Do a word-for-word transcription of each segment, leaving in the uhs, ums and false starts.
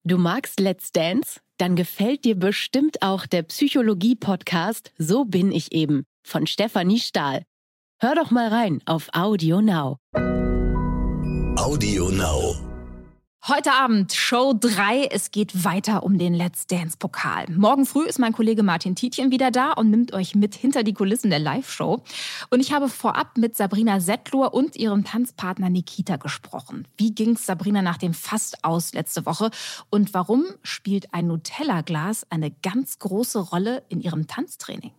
Du magst Let's Dance? Dann gefällt dir bestimmt auch der Psychologie-Podcast So bin ich eben von Stefanie Stahl. Hör doch mal rein auf Audio Now. Audio Now. Heute Abend Show drei. Es geht weiter um den Let's Dance-Pokal. Morgen früh ist mein Kollege Martin Tietjen wieder da und nimmt euch mit hinter die Kulissen der Live-Show. Und ich habe vorab mit Sabrina Settler und ihrem Tanzpartner Nikita gesprochen. Wie ging's Sabrina nach dem Fast aus letzte Woche? Und warum spielt ein Nutella-Glas eine ganz große Rolle in ihrem Tanztraining?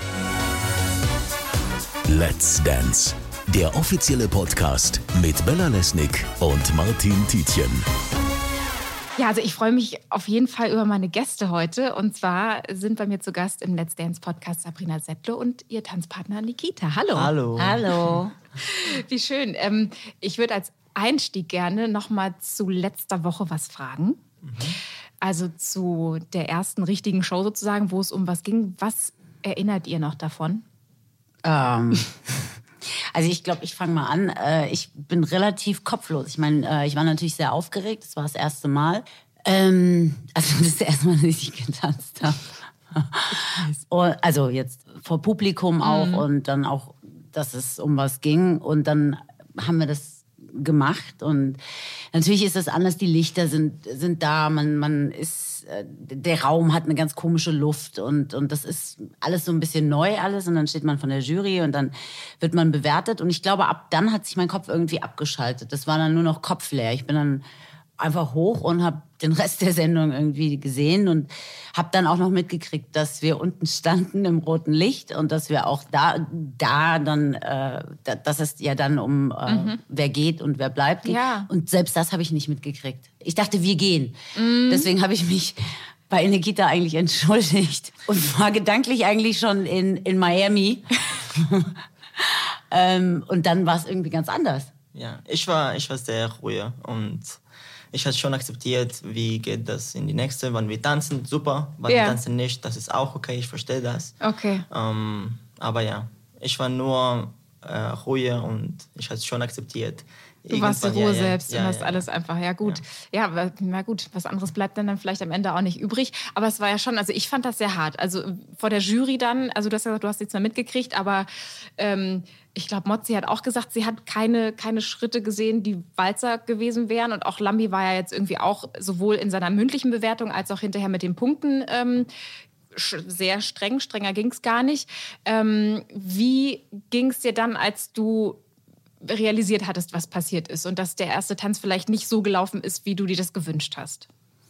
Let's Dance, der offizielle Podcast mit Bella Lesnick und Martin Tietjen. Ja, also ich freue mich auf jeden Fall über meine Gäste heute. Und zwar sind bei mir zu Gast im Let's Dance Podcast Sabrina Settler und ihr Tanzpartner Nikita. Hallo. Hallo. Hallo. Wie schön. Ähm, ich würde als Einstieg gerne noch mal zu letzter Woche was fragen. Mhm. Also zu der ersten richtigen Show sozusagen, wo es um was ging. Was erinnert ihr noch davon? Ähm, also ich glaube, ich fange mal an. Äh, ich bin relativ kopflos. Ich meine, äh, ich war natürlich sehr aufgeregt. Das war das erste Mal. Ähm, also das ist das erste Mal, dass ich getanzt habe. Also jetzt vor Publikum auch mhm. und dann auch, dass es um was ging. Und dann haben wir das gemacht. Und natürlich ist das anders. Die Lichter sind, sind da. Man, man ist... Der Raum hat eine ganz komische Luft und, und das ist alles so ein bisschen neu alles und dann steht man von der Jury und dann wird man bewertet und ich glaube, ab dann hat sich mein Kopf irgendwie abgeschaltet. Das war dann nur noch kopfleer. Ich bin dann einfach hoch und habe den Rest der Sendung irgendwie gesehen und habe dann auch noch mitgekriegt, dass wir unten standen im roten Licht und dass wir auch da, da dann, äh, dass es ja dann um äh, mhm. wer geht und wer bleibt. Ja. Und selbst das habe ich nicht mitgekriegt. Ich dachte, wir gehen. Mhm. Deswegen habe ich mich bei Nikita eigentlich entschuldigt und war gedanklich eigentlich schon in, in Miami. ähm, und dann war es irgendwie ganz anders. Ja, ich war, ich war sehr ruhig und ich habe schon akzeptiert, wie geht das in die nächste, wann wir tanzen, super, wann ja. wir tanzen nicht, das ist auch okay, ich verstehe das. Okay. Ähm, aber ja, ich war nur äh, ruhig und ich habe es schon akzeptiert. Du warst die Ruhe ja, selbst ja, und ja, hast ja. alles einfach, ja gut. Ja. Ja, na gut, was anderes bleibt dann, dann vielleicht am Ende auch nicht übrig. Aber es war ja schon, also ich fand das sehr hart. Also vor der Jury dann, also du hast ja gesagt, du hast nichts mehr mitgekriegt, aber ähm, ich glaube, Mozzi hat auch gesagt, sie hat keine, keine Schritte gesehen, die Walzer gewesen wären. Und auch Lambi war ja jetzt irgendwie auch sowohl in seiner mündlichen Bewertung als auch hinterher mit den Punkten ähm, sehr streng. Strenger ging es gar nicht. Ähm, wie ging es dir dann, als du realisiert hattest, was passiert ist und dass der erste Tanz vielleicht nicht so gelaufen ist, wie du dir das gewünscht hast?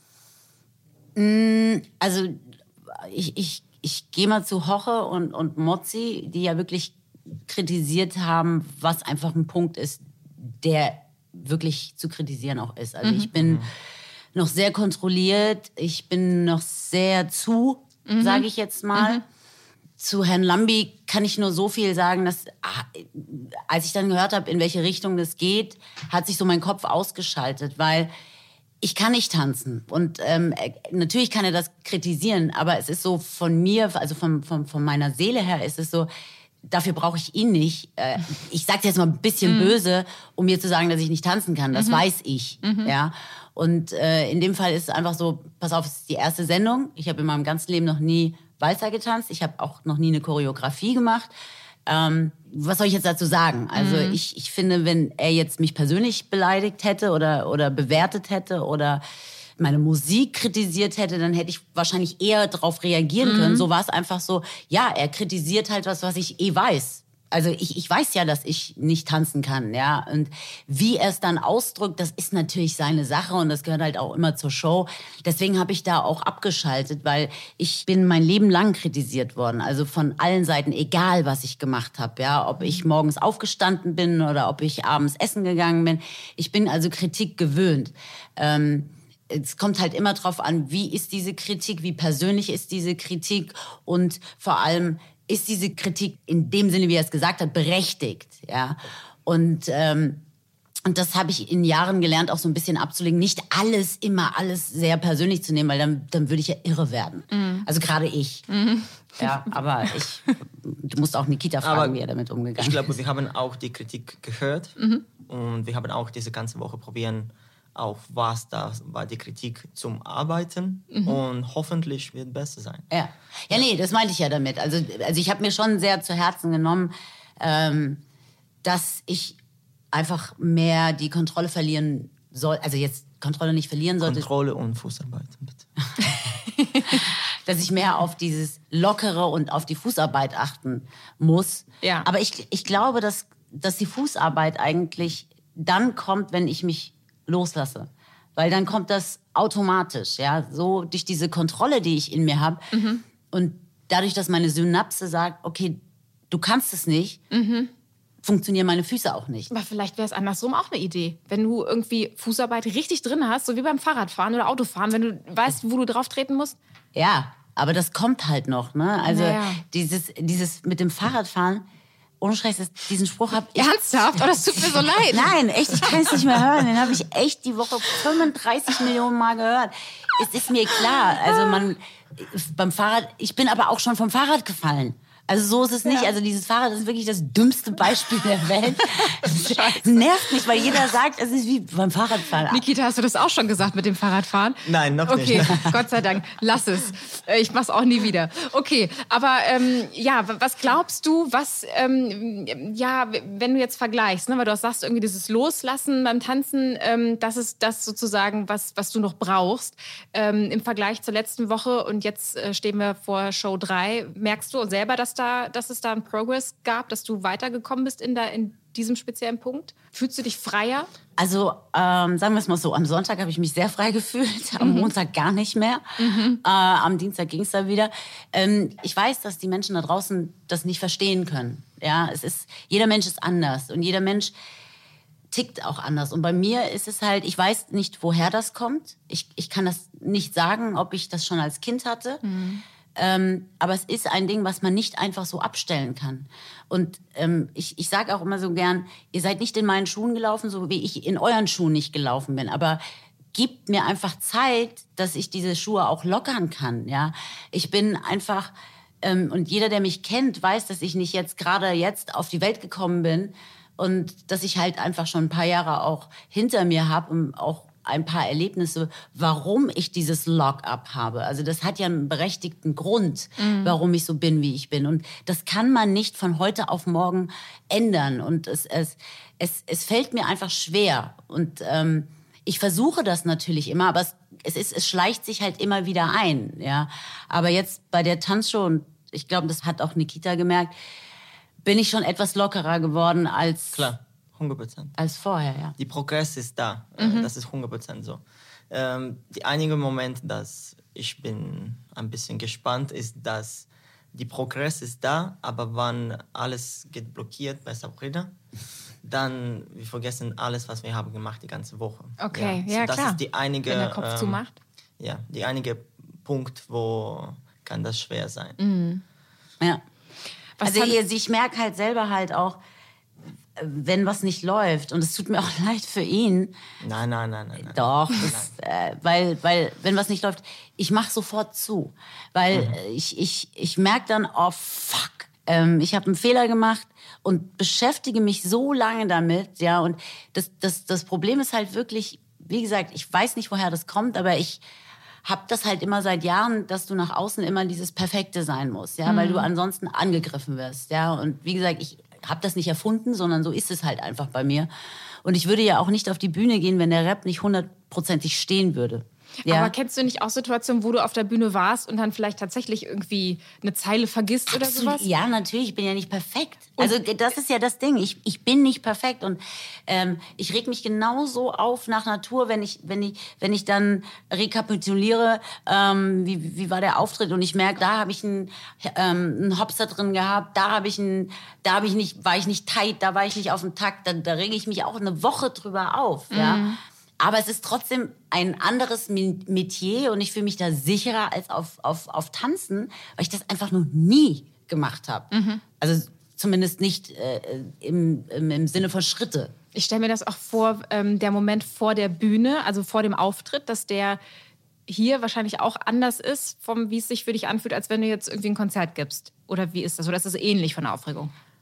Also ich, ich, ich gehe mal zu Hoche und, und Mozzi, die ja wirklich kritisiert haben, was einfach ein Punkt ist, der wirklich zu kritisieren auch ist. Also mhm. ich bin noch sehr kontrolliert, ich bin noch sehr zu, mhm. sage ich jetzt mal. Mhm. Zu Herrn Lambi kann ich nur so viel sagen, dass als ich dann gehört habe, in welche Richtung das geht, hat sich so mein Kopf ausgeschaltet, weil ich kann nicht tanzen. Und ähm, natürlich kann er das kritisieren, aber es ist so von mir, also von, von, von meiner Seele her ist es so, dafür brauche ich ihn nicht. Äh, ich sage jetzt mal ein bisschen mhm. böse, um mir zu sagen, dass ich nicht tanzen kann. Das mhm. weiß ich. Mhm. Ja. Und äh, in dem Fall ist es einfach so, pass auf, es ist die erste Sendung. Ich habe in meinem ganzen Leben noch nie Walzer getanzt. Ich habe auch noch nie eine Choreografie gemacht. Ähm, was soll ich jetzt dazu sagen? Also mhm. ich, ich finde, wenn er jetzt mich persönlich beleidigt hätte oder, oder bewertet hätte oder meine Musik kritisiert hätte, dann hätte ich wahrscheinlich eher darauf reagieren mhm. können. So war es einfach so, ja, er kritisiert halt was, was ich eh weiß. Also ich, ich weiß ja, dass ich nicht tanzen kann, ja. Und wie er es dann ausdrückt, das ist natürlich seine Sache und das gehört halt auch immer zur Show. Deswegen habe ich da auch abgeschaltet, weil ich bin mein Leben lang kritisiert worden. Also von allen Seiten, egal was ich gemacht habe, ja. Ob ich morgens aufgestanden bin oder ob ich abends essen gegangen bin. Ich bin also Kritik gewöhnt. Ähm, Es kommt halt immer drauf an, wie ist diese Kritik, wie persönlich ist diese Kritik und vor allem ist diese Kritik in dem Sinne, wie er es gesagt hat, berechtigt, ja. Und ähm, und das habe ich in Jahren gelernt, auch so ein bisschen abzulegen, nicht alles immer alles sehr persönlich zu nehmen, weil dann dann würde ich ja irre werden. Mhm. Also gerade ich. Mhm. Ja, aber ich, du musst auch Nikita fragen, aber wie er damit umgegangen ist. Ich glaube, wir haben auch die Kritik gehört mhm. und wir haben auch diese ganze Woche probieren, auf was da war die Kritik zum Arbeiten mhm. und hoffentlich wird es besser sein. Ja, ja, nee, das meinte ich ja damit. Also, also ich habe mir schon sehr zu Herzen genommen, ähm, dass ich einfach mehr die Kontrolle verlieren soll, also jetzt Kontrolle nicht verlieren sollte. Kontrolle und Fußarbeit, bitte. Dass ich mehr auf dieses Lockere und auf die Fußarbeit achten muss. Ja. Aber ich, ich glaube, dass, dass die Fußarbeit eigentlich dann kommt, wenn ich mich loslasse. Weil dann kommt das automatisch, ja, so durch diese Kontrolle, die ich in mir habe. Mhm. Und dadurch, dass meine Synapse sagt, okay, du kannst es nicht, mhm. funktionieren meine Füße auch nicht. Aber vielleicht wäre es andersrum auch eine Idee. Wenn du irgendwie Fußarbeit richtig drin hast, so wie beim Fahrradfahren oder Autofahren, wenn du weißt, wo du drauf treten musst. Ja, aber das kommt halt noch, ne? Also naja. dieses, dieses mit dem Fahrradfahren, ohne Scheiß, diesen Spruch habe ich... Ernsthaft? Oh, das tut mir so leid. Nein, echt, ich kann es nicht mehr hören. Den habe ich echt die Woche fünfunddreißig Millionen Mal gehört. Es ist mir klar, also man, beim Fahrrad, ich bin aber auch schon vom Fahrrad gefallen. Also so ist es nicht. Ja. Also dieses Fahrrad ist wirklich das dümmste Beispiel der Welt. Es nervt mich, weil jeder sagt, es ist wie beim Fahrradfahren. Nikita, hast du das auch schon gesagt mit dem Fahrradfahren? Nein, noch okay. nicht. Okay, Gott sei Dank. Lass es. Ich mach's auch nie wieder. Okay, aber ähm, ja, was glaubst du, was, ähm, ja, wenn du jetzt vergleichst, ne, weil du sagst, irgendwie dieses Loslassen beim Tanzen, ähm, das ist das sozusagen, was, was du noch brauchst. Ähm, im Vergleich zur letzten Woche und jetzt äh, stehen wir vor Show drei. Merkst du selber, dass Da, dass es da einen Progress gab, dass du weitergekommen bist in, der, in diesem speziellen Punkt? Fühlst du dich freier? Also ähm, sagen wir es mal so, am Sonntag habe ich mich sehr frei gefühlt, am mhm. Montag gar nicht mehr. Mhm. Äh, am Dienstag ging es dann wieder. Ähm, ich weiß, dass die Menschen da draußen das nicht verstehen können. Ja, es ist, jeder Mensch ist anders und jeder Mensch tickt auch anders. Und bei mir ist es halt, ich weiß nicht, woher das kommt. Ich, ich kann das nicht sagen, ob ich das schon als Kind hatte. Mhm. Ähm, aber es ist ein Ding, was man nicht einfach so abstellen kann. Und ähm, ich, ich sage auch immer so gern, ihr seid nicht in meinen Schuhen gelaufen, so wie ich in euren Schuhen nicht gelaufen bin. Aber gebt mir einfach Zeit, dass ich diese Schuhe auch lockern kann. Ja, ich bin einfach, ähm, und jeder, der mich kennt, weiß, dass ich nicht jetzt gerade jetzt auf die Welt gekommen bin und dass ich halt einfach schon ein paar Jahre auch hinter mir habe und auch ein paar Erlebnisse, warum ich dieses Lock-up habe. Also das hat ja einen berechtigten Grund, mhm. warum ich so bin, wie ich bin. Und das kann man nicht von heute auf morgen ändern. Und es, es, es, es fällt mir einfach schwer. Und ähm, ich versuche das natürlich immer, aber es, es, ist, es schleicht sich halt immer wieder ein. Ja? Aber jetzt bei der Tanzshow, und ich glaube, das hat auch Nikita gemerkt, bin ich schon etwas lockerer geworden als... Klar. hundert Prozent. Als vorher, ja. Die Progress ist da. Mhm. Das ist hundert Prozent so. Ähm, die einige Moment, dass ich bin ein bisschen gespannt, ist, dass die Progress ist da, aber wenn alles geht blockiert bei Sabrina, dann wir vergessen alles, was wir haben gemacht die ganze Woche. Okay, ja, ja so, das klar. ist die einige, wenn der Kopf ähm, zumacht. Ja, die einige Punkt, wo kann das schwer sein. Mhm. Ja. Was also haben, ich, ich merke halt selber halt auch, wenn was nicht läuft, und es tut mir auch leid für ihn. Nein, nein, nein, nein. nein. Doch, das, äh, weil, weil, wenn was nicht läuft, ich mache sofort zu. Weil mhm. ich, ich, ich merke dann, oh fuck, ähm, ich habe einen Fehler gemacht und beschäftige mich so lange damit. Ja, und das, das, das Problem ist halt wirklich, wie gesagt, ich weiß nicht, woher das kommt, aber ich habe das halt immer seit Jahren, dass du nach außen immer dieses Perfekte sein musst, ja, mhm. weil du ansonsten angegriffen wirst. Ja, und wie gesagt, ich habe das nicht erfunden, sondern so ist es halt einfach bei mir. Und ich würde ja auch nicht auf die Bühne gehen, wenn der Rap nicht hundertprozentig stehen würde. Ja. Aber kennst du nicht auch Situationen, wo du auf der Bühne warst und dann vielleicht tatsächlich irgendwie eine Zeile vergisst Absolut. oder sowas? Ja, natürlich. Ich bin ja nicht perfekt. Also das ist ja das Ding. Ich, ich bin nicht perfekt und ähm, ich reg mich genauso auf nach Natur, wenn ich wenn ich wenn ich dann rekapituliere, ähm, wie wie war der Auftritt und ich merke, da habe ich einen, ähm, einen Hopser drin gehabt, da habe ich einen, da habe ich nicht, war ich nicht tight, da war ich nicht auf dem Takt, da, da rege ich mich auch eine Woche drüber auf, mhm. ja. Aber es ist trotzdem ein anderes Metier und ich fühle mich da sicherer als auf, auf, auf Tanzen, weil ich das einfach noch nie gemacht habe. Mhm. Also zumindest nicht äh, im, im, im Sinne von Schritte. Ich stelle mir das auch vor, ähm, der Moment vor der Bühne, also vor dem Auftritt, dass der hier wahrscheinlich auch anders ist, vom, wie es sich für dich anfühlt, als wenn du jetzt irgendwie ein Konzert gibst. Oder wie ist das? Oder ist das ähnlich von der Aufregung?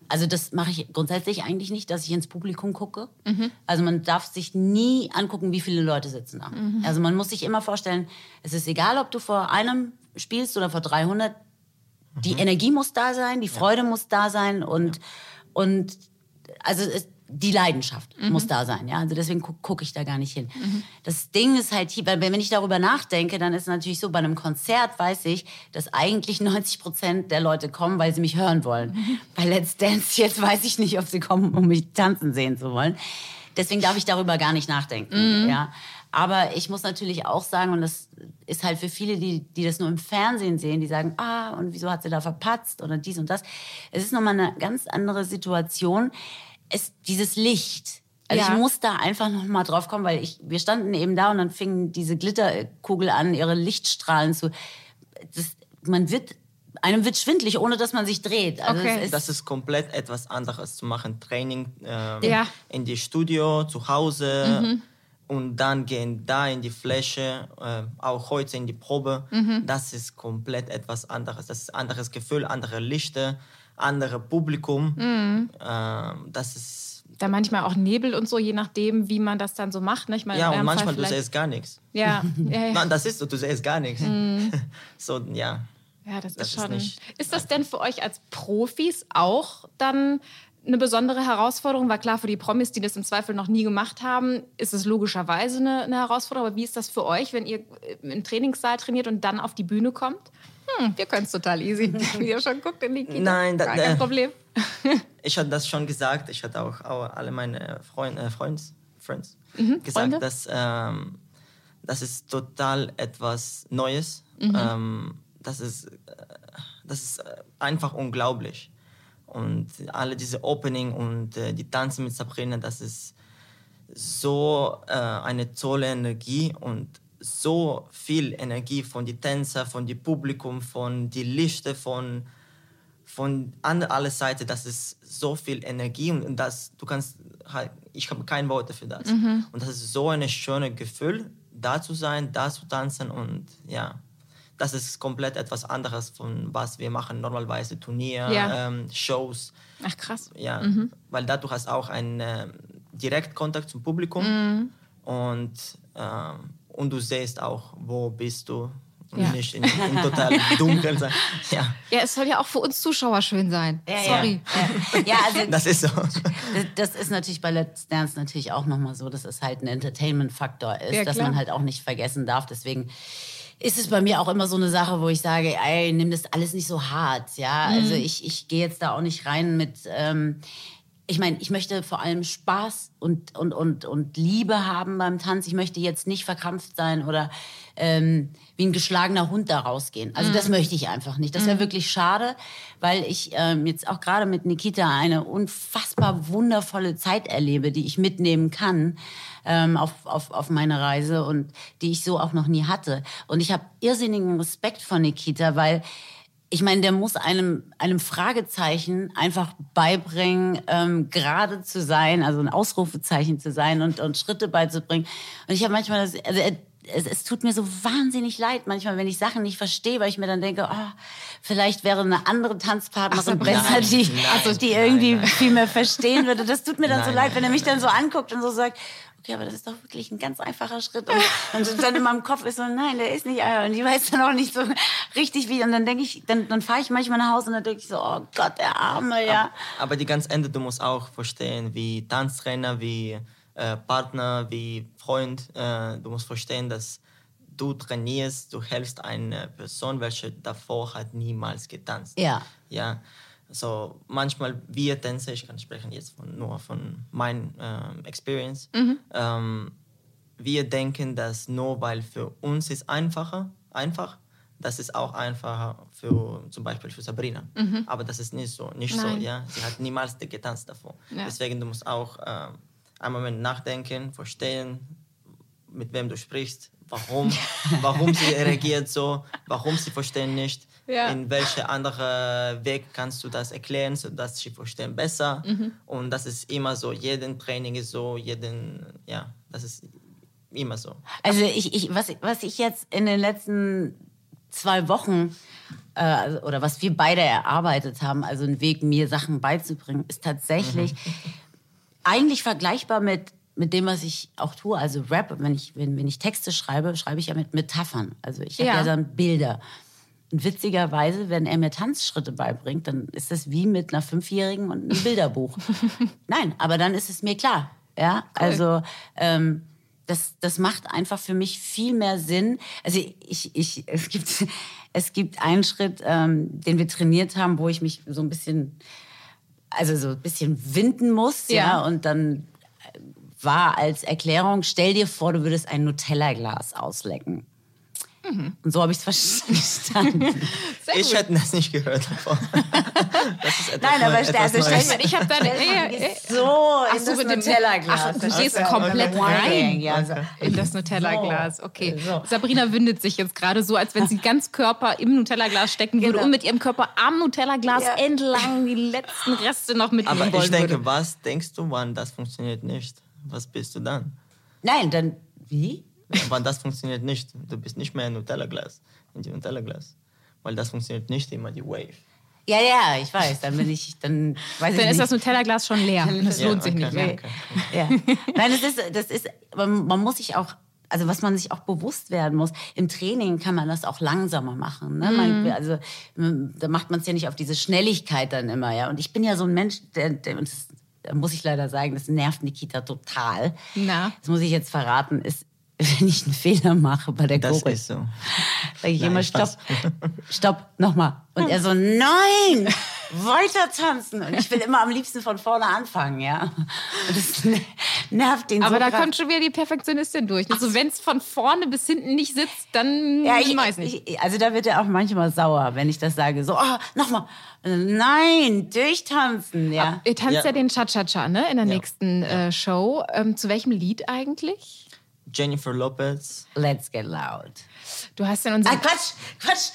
also das mache ich grundsätzlich eigentlich nicht, dass ich ins Publikum gucke. Mhm. Also man darf sich nie angucken, wie viele Leute sitzen da. Mhm. Also man muss sich immer vorstellen, es ist egal, ob du vor einem spielst oder vor dreihundert. Die mhm. Energie muss da sein, die Freude ja. muss da sein und, ja. und also es, die Leidenschaft mhm. muss da sein. Ja? Also deswegen gucke guck ich da gar nicht hin. Mhm. Das Ding ist halt, hier, wenn ich darüber nachdenke, dann ist es natürlich so, bei einem Konzert weiß ich, dass eigentlich neunzig Prozent der Leute kommen, weil sie mich hören wollen. Mhm. Bei Let's Dance jetzt weiß ich nicht, ob sie kommen, um mich tanzen sehen zu wollen. Deswegen darf ich darüber gar nicht nachdenken. Mhm. Ja? Aber ich muss natürlich auch sagen, und das ist halt für viele, die, die das nur im Fernsehen sehen, die sagen, ah, und wieso hat sie da verpatzt oder dies und das. Es ist nochmal eine ganz andere Situation. Es, dieses Licht. Also ja. ich muss da einfach nochmal drauf kommen, weil ich, wir standen eben da und dann fingen diese Glitterkugel an, ihre Lichtstrahlen zu. Das, man wird, einem wird schwindelig, ohne dass man sich dreht. Also okay. es ist das ist komplett etwas anderes zu machen. Training ähm, ja. in die Studio, zu Hause. Mhm. Und dann gehen da in die Fläche, äh, auch heute in die Probe. Mhm. Das ist komplett etwas anderes. Das ist ein anderes Gefühl, andere Lichter, andere Publikum. Mhm. Äh, das ist... Da manchmal auch Nebel und so, je nachdem, wie man das dann so macht. Ne? Ich meine, ja, und manchmal du siehst gar nichts. Ja. ja, ja. Nein, das ist so, du siehst gar nichts. Mhm. So, ja. Ja, das, das ist schon... Ist, ist das denn für euch als Profis auch dann eine besondere Herausforderung? Weil klar, für die Promis, die das im Zweifel noch nie gemacht haben, ist es logischerweise eine, eine Herausforderung. Aber wie ist das für euch, wenn ihr im Trainingssaal trainiert und dann auf die Bühne kommt? Hm, wir können es total easy. Wie ihr schon guckt in die Kita. Nein, da, Gar kein äh, Problem. Ich hatte das schon gesagt. Ich hatte auch, auch alle meine Freund, äh, Freunds, Friends mhm, gesagt, Freunde? dass ähm, das ist total etwas Neues. Mhm. Ähm, das ist, äh, das ist einfach unglaublich. Und alle diese Opening und äh, die Tanzen mit Sabrina, das ist so äh, eine tolle Energie und so viel Energie von den Tänzern, von dem Publikum, von den Lichtern, von, von an alle Seiten. Das ist so viel Energie und das, du kannst, halt, ich habe kein Wort für das. Mhm. Und das ist so ein schönes Gefühl, da zu sein, da zu tanzen und ja. Das ist komplett etwas anderes von was wir machen normalerweise, Turnier, ja. ähm, Shows. Ach krass. Ja, mhm. weil da du hast auch einen äh, Direktkontakt zum Publikum mhm. und, ähm, und du siehst auch, wo bist du und ja. nicht in, in total dunkel sein. Ja. ja, es soll ja auch für uns Zuschauer schön sein. Ja, Sorry. Ja, ja. ja also das ist so. Das, das ist natürlich bei Let's Dance natürlich auch nochmal so, dass es halt ein Entertainment-Faktor ist, ja, dass man halt auch nicht vergessen darf. Deswegen ist es bei mir auch immer so eine Sache, wo ich sage, ey, nimm das alles nicht so hart, ja. Mhm. Also ich, ich gehe jetzt da auch nicht rein mit, ähm, ich meine, ich möchte vor allem Spaß und, und, und, und Liebe haben beim Tanz. Ich möchte jetzt nicht verkrampft sein oder ähm, wie ein geschlagener Hund da rausgehen. Also mhm. das möchte ich einfach nicht. Das wäre mhm. wirklich schade, weil ich ähm, jetzt auch gerade mit Nikita eine unfassbar wundervolle Zeit erlebe, die ich mitnehmen kann ähm, auf, auf, auf meine Reise und die ich so auch noch nie hatte. Und ich habe irrsinnigen Respekt vor Nikita, weil ich meine, der muss einem, einem Fragezeichen einfach beibringen, ähm, gerade zu sein, also ein Ausrufezeichen zu sein und, und Schritte beizubringen. Und ich habe manchmal, das, also er, es, es tut mir so wahnsinnig leid, manchmal, wenn ich Sachen nicht verstehe, weil ich mir dann denke, oh, vielleicht wäre eine andere Tanzpartnerin Ach, besser, nein, die, nein, also die irgendwie nein, nein. viel mehr verstehen würde. Das tut mir dann Nein, so leid, nein, wenn er mich nein. dann so anguckt und so sagt, okay, aber das ist doch wirklich ein ganz einfacher Schritt. Und, und dann in meinem Kopf ist so, nein, der ist nicht einfach. Und ich weiß dann auch nicht so richtig wie. Und dann denke ich, dann, dann fahre ich manchmal nach Hause und dann denke ich so, oh Gott, der Arme, ja. Aber, aber die ganz Ende, du musst auch verstehen, wie Tanztrainer, wie äh, Partner, wie Freund, äh, du musst verstehen, dass du trainierst, du hilfst einer Person, welche davor hat niemals getanzt. Ja. Ja. So, manchmal wir Tänzer, ich kann sprechen jetzt von, nur von meiner ähm, Experience, mhm. ähm, wir denken, dass nur weil für uns ist einfacher, einfach, das ist auch einfacher für zum Beispiel für Sabrina. Mhm. Aber das ist nicht so, nicht so, ja. Sie hat niemals getanzt davor. Ja. Deswegen du musst auch äh, einen Moment nachdenken, verstehen, mit wem du sprichst, warum, warum sie reagiert so, warum sie verstehen nicht. Ja. In welchen anderen Weg kannst du das erklären, sodass sie verstehen besser. Mhm. Und das ist immer so. Jeden Training ist so, jeden, ja, das ist immer so. Also ich, ich, was, was ich jetzt in den letzten zwei Wochen äh, oder was wir beide erarbeitet haben, also ein Weg, mir Sachen beizubringen, ist tatsächlich mhm. eigentlich vergleichbar mit, mit dem, was ich auch tue. Also Rap, wenn ich, wenn, wenn ich Texte schreibe, schreibe ich ja mit Metaphern. Also ich habe ja. ja dann Bilder. Und witzigerweise, wenn er mir Tanzschritte beibringt, dann ist das wie mit einer Fünfjährigen und einem Bilderbuch. Nein, aber dann ist es mir klar. Ja, cool. Also ähm, das, das macht einfach für mich viel mehr Sinn. Also ich, ich, es gibt, es gibt einen Schritt, ähm, den wir trainiert haben, wo ich mich so ein bisschen, also so ein bisschen winden muss, ja, ja und dann war als Erklärung: Stell dir vor, du würdest ein Nutella-Glas auslecken. Mhm. Und so habe ich es verstanden. Ich hätte das nicht gehört davon. Das ist etwas Nein, aber Neues, also stell mal, ich habe da äh, so ach in so, das mit Nutella-Glas. Ach, du gehst okay. komplett okay. rein Ja, so. in das Nutella-Glas. Okay. So. Sabrina windet sich jetzt gerade so, als wenn sie ganz Körper im Nutella-Glas stecken würde Genau. und mit ihrem Körper am Nutella-Glas Ja. entlang die letzten Reste noch mitnehmen Aber wollen ich denke, würde. was denkst du, wann das funktioniert nicht? Was bist du dann? Nein, dann wie? Wann das funktioniert nicht? Du bist nicht mehr ein Nutella-Glas, in die Nutella-Glas. Weil das funktioniert nicht immer, die Wave. Ja, ja, ich weiß. Dann bin ich, dann weiß ich Dann nicht. ist das Nutella-Glas schon leer. Das Ja, lohnt sich okay, nicht mehr. okay. Ja. Nein, das ist, das ist, man, man muss sich auch, also was man sich auch bewusst werden muss, im Training kann man das auch langsamer machen. Ne? Man, also da macht man es ja nicht auf diese Schnelligkeit dann immer. Ja. Und ich bin ja so ein Mensch, der, der und das, da muss ich leider sagen, das nervt Nikita total. Na? Das muss ich jetzt verraten, ist, wenn ich einen Fehler mache bei der Das Choreo, ist so. sage ich Nein, immer, Spaß. stopp, stopp, nochmal. Und er so, nein, weiter tanzen. Und ich will immer am liebsten von vorne anfangen, ja. Und das nervt ihn Aber so da krass. kommt schon wieder die Perfektionistin durch. Also wenn es von vorne bis hinten nicht sitzt, dann Ja, ich weiß nicht. Ich, also da wird er auch manchmal sauer, wenn ich das sage. So, oh, nochmal. Nein, durchtanzen, ja. Ihr tanzt ja, Ja. den Cha-Cha-Cha, ne, in der Ja. nächsten äh, Show. Ähm, zu welchem Lied eigentlich? Jennifer Lopez. Let's get loud. Du hast in Ah, unserem... Quatsch, Quatsch.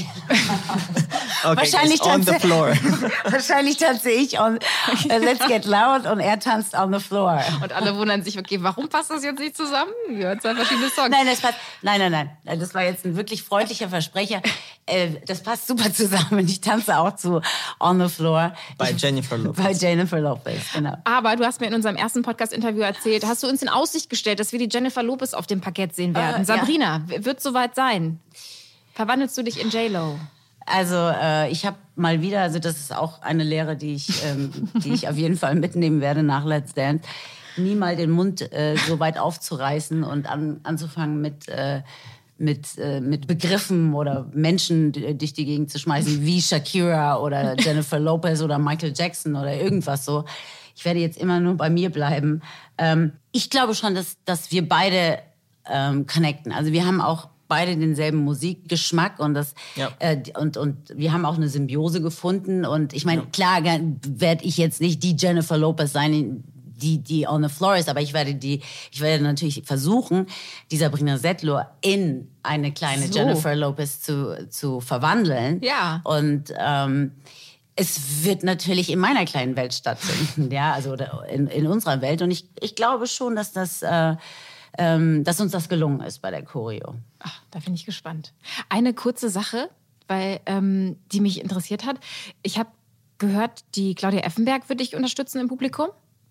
Okay, Wahrscheinlich guys, on the tanze- floor. Wahrscheinlich tanze ich on uh, Let's get loud und er tanzt on the floor. Und alle wundern sich, okay, warum passt das jetzt nicht zusammen? Wir hören zwei verschiedene Songs. Nein, das passt. Nein, nein, nein. Nein, das war jetzt ein wirklich freundlicher Versprecher. Äh, das passt super zusammen. Ich tanze auch zu On the Floor. Bei ich, Jennifer Lopez. Bei Jennifer Lopez, genau. Aber du hast mir in unserem ersten Podcast-Interview erzählt, hast du uns in Aussicht gestellt, dass wir die Jennifer Lopez auf dem Parkett sehen werden. Äh, ja. Sabrina, wird soweit sein? Verwandelst du dich in J-Lo? Also äh, ich habe mal wieder, also das ist auch eine Lehre, die ich, ähm, die ich auf jeden Fall mitnehmen werde nach Let's Dance, nie mal den Mund äh, so weit aufzureißen und an, anzufangen mit, äh, mit, äh, mit Begriffen oder Menschen durch die Gegend zu schmeißen, wie Shakira oder Jennifer Lopez oder Michael Jackson oder irgendwas so. Ich werde jetzt immer nur bei mir bleiben. Ähm, ich glaube schon, dass, dass wir beide ähm, connecten. Also wir haben auch beide denselben Musikgeschmack und das Ja. äh, und und wir haben auch eine Symbiose gefunden und ich meine, klar werde ich jetzt nicht die Jennifer Lopez sein, die die on the floor ist, aber ich werde die ich werde natürlich versuchen, die Sabrina Settler in eine kleine So. Jennifer Lopez zu zu verwandeln. Ja. Und ähm, es wird natürlich in meiner kleinen Welt stattfinden, ja, also oder in, in unserer Welt und ich ich glaube schon, dass das äh, ähm, dass uns das gelungen ist bei der Choreo. Ach, da bin ich gespannt. Eine kurze Sache, weil ähm, die mich interessiert hat. Ich habe gehört, die Claudia Effenberg wird dich unterstützen im Publikum.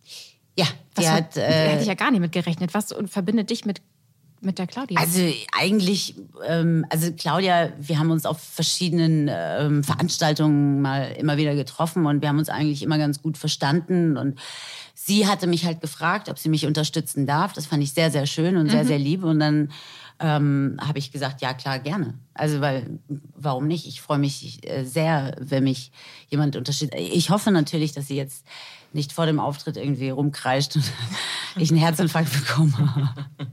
Ja, die Was hat. hat, hätte ich Äh, ja gar nicht mit gerechnet. Was verbindet dich mit, mit der Claudia? also eigentlich, ähm, also Claudia, wir haben uns auf verschiedenen ähm, Veranstaltungen mal immer wieder getroffen und wir haben uns eigentlich immer ganz gut verstanden und sie hatte mich halt gefragt, ob sie mich unterstützen darf. Das fand ich sehr, sehr schön und sehr, sehr lieb. Und dann ähm, habe ich gesagt, ja klar, gerne. Also weil, warum nicht? Ich freue mich äh, sehr, wenn mich jemand unterstützt. Ich hoffe natürlich, dass sie jetzt nicht vor dem Auftritt irgendwie rumkreischt und ich einen Herzinfarkt bekomme.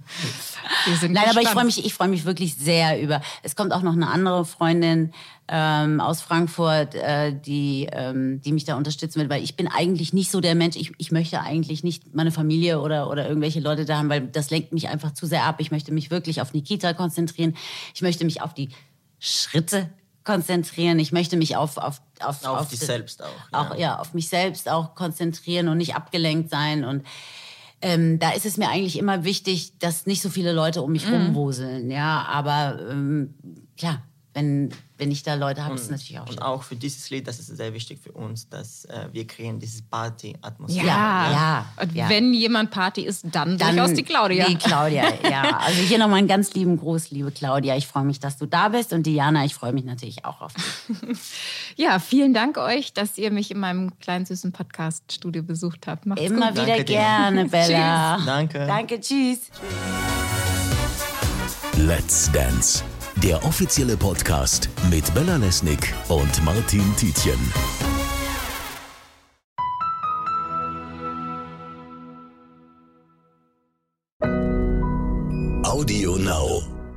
Wir sind Nein, aber ich gespannt. freue mich, ich freue mich wirklich sehr über. Es kommt auch noch eine andere Freundin ähm, aus Frankfurt, äh, die, ähm, die mich da unterstützen wird, weil ich bin eigentlich nicht so der Mensch. Ich, ich möchte eigentlich nicht meine Familie oder oder irgendwelche Leute da haben, weil das lenkt mich einfach zu sehr ab. Ich möchte mich wirklich auf Nikita konzentrieren. Ich möchte mich auf die Schritte konzentrieren. Ich möchte mich auf auf auf, Auf auf dich das- selbst auch. auch ja auf mich selbst auch konzentrieren und nicht abgelenkt sein und ähm, da ist es mir eigentlich immer wichtig, dass nicht so viele Leute um mich rumwuseln, ja, aber ähm, klar, wenn, wenn ich da Leute habe, ist es Und, natürlich auch und schön. auch für dieses Lied, das ist sehr wichtig für uns, dass äh, wir kreieren diese Party-Atmosphäre. Ja, ja, Und ja. wenn jemand Party ist, dann, Dann durchaus die Claudia. Die Claudia, ja. Also hier nochmal einen ganz lieben Gruß, liebe Claudia. Ich freue mich, dass du da bist. Und Diana, ich freue mich natürlich auch auf dich. Ja, vielen Dank euch, dass ihr mich in meinem kleinen süßen Podcast-Studio besucht habt. Macht's Immer gut. wieder Danke dir. gerne, Bella. Danke. Danke, tschüss. Let's Dance, der offizielle Podcast mit Bella Lesnick und Martin Tietjen. Audio Now.